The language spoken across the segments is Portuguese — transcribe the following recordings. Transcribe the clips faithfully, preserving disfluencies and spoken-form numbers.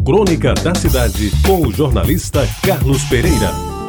Crônica da Cidade, com o jornalista Carlos Pereira.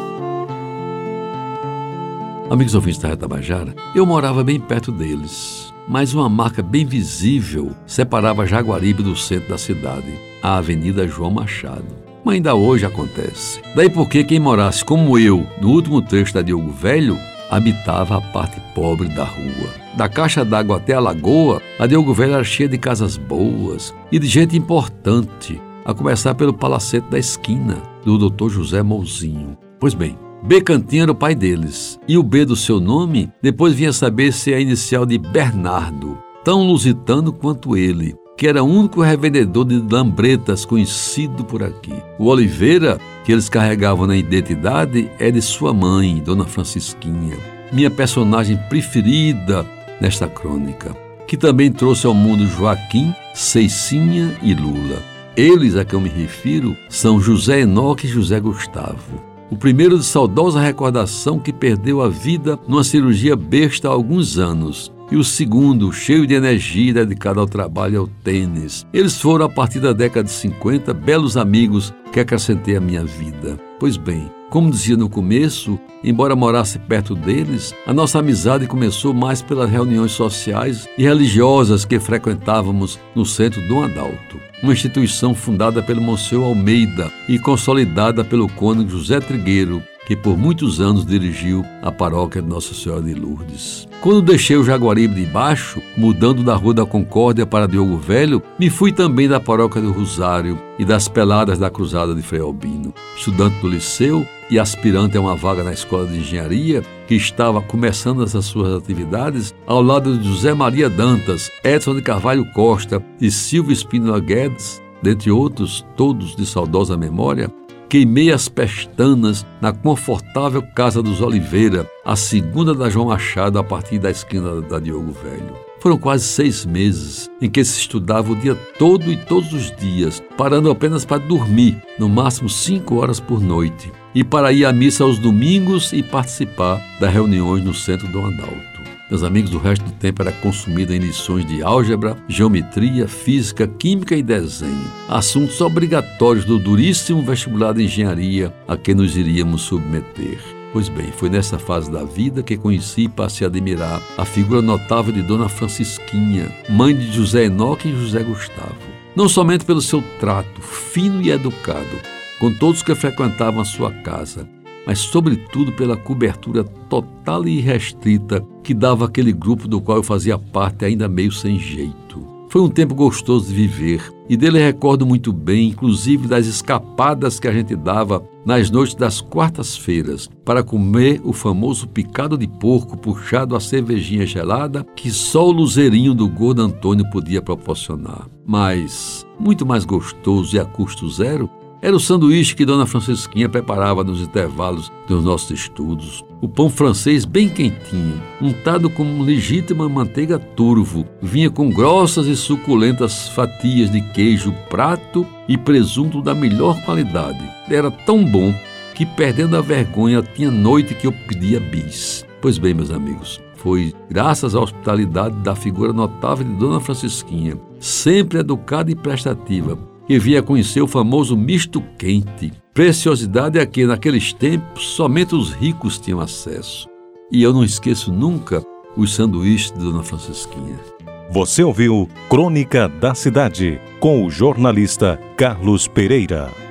Amigos ouvintes da Rádio Tabajara, eu morava bem perto deles, mas uma marca bem visível separava Jaguaribe do centro da cidade, a Avenida João Machado. Mas ainda hoje acontece. Daí porque quem morasse como eu, no último trecho da Diogo Velho, habitava a parte pobre da rua. Da caixa d'água até a lagoa, a Diogo Velho era cheia de casas boas e de gente importante, a começar pelo palacete da esquina, do doutor José Mouzinho. Pois bem, B. Cantinho era o pai deles, e o B do seu nome depois vinha saber ser a inicial de Bernardo, tão lusitano quanto ele, que era o único revendedor de lambretas conhecido por aqui. O Oliveira, que eles carregavam na identidade, é de sua mãe, Dona Francisquinha, minha personagem preferida nesta crônica, que também trouxe ao mundo Joaquim, Ceicinha e Lula. Eles a que eu me refiro são José Enoque e José Gustavo. O primeiro de saudosa recordação, que perdeu a vida numa cirurgia besta há alguns anos, e o segundo, cheio de energia e dedicado ao trabalho e ao tênis. Eles foram, a partir da década de cinquenta, belos amigos que acrescentei à minha vida. Pois bem, como dizia no começo, embora morasse perto deles, a nossa amizade começou mais pelas reuniões sociais e religiosas que frequentávamos no Centro Dom Adalto, uma instituição fundada pelo Monsenhor Almeida e consolidada pelo cônego José Trigueiro, que por muitos anos dirigiu a paróquia de Nossa Senhora de Lourdes. Quando deixei o Jaguaribe de Baixo, mudando da Rua da Concórdia para Diogo Velho, me fui também da paróquia do Rosário e das peladas da Cruzada de Frei Albino. Estudante do liceu e aspirante a uma vaga na Escola de Engenharia, que estava começando essas suas atividades, ao lado de José Maria Dantas, Edson de Carvalho Costa e Silvio Espínola Guedes, dentre outros, todos de saudosa memória, queimei as pestanas na confortável casa dos Oliveira, a segunda da João Machado, a partir da esquina da Diogo Velho. Foram quase seis meses em que se estudava o dia todo e todos os dias, parando apenas para dormir, no máximo cinco horas por noite, e para ir à missa aos domingos e participar das reuniões no Centro Dom Adalto. Meus amigos, o resto do tempo era consumido em lições de álgebra, geometria, física, química e desenho, assuntos obrigatórios do duríssimo vestibular de engenharia a que nos iríamos submeter. Pois bem, foi nessa fase da vida que conheci e passei a admirar a figura notável de Dona Francisquinha, mãe de José Enoque e José Gustavo. Não somente pelo seu trato fino e educado com todos que frequentavam a sua casa, mas sobretudo pela cobertura total e irrestrita que dava aquele grupo do qual eu fazia parte, ainda meio sem jeito. Foi um tempo gostoso de viver, e dele recordo muito bem, inclusive das escapadas que a gente dava nas noites das quartas-feiras, para comer o famoso picado de porco puxado à cervejinha gelada que só o luzerinho do gordo Antônio podia proporcionar. Mas, muito mais gostoso e a custo zero, era o sanduíche que Dona Francisquinha preparava nos intervalos dos nossos estudos. O pão francês bem quentinho, untado com legítima manteiga turvo, vinha com grossas e suculentas fatias de queijo prato e presunto da melhor qualidade. Era tão bom que, perdendo a vergonha, tinha noite que eu pedia bis. Pois bem, meus amigos, foi graças à hospitalidade da figura notável de Dona Francisquinha, sempre educada e prestativa, que vinha conhecer o famoso misto quente, preciosidade a que naqueles tempos somente os ricos tinham acesso. E eu não esqueço nunca os sanduíches de Dona Francisquinha. Você ouviu Crônica da Cidade, com o jornalista Carlos Pereira.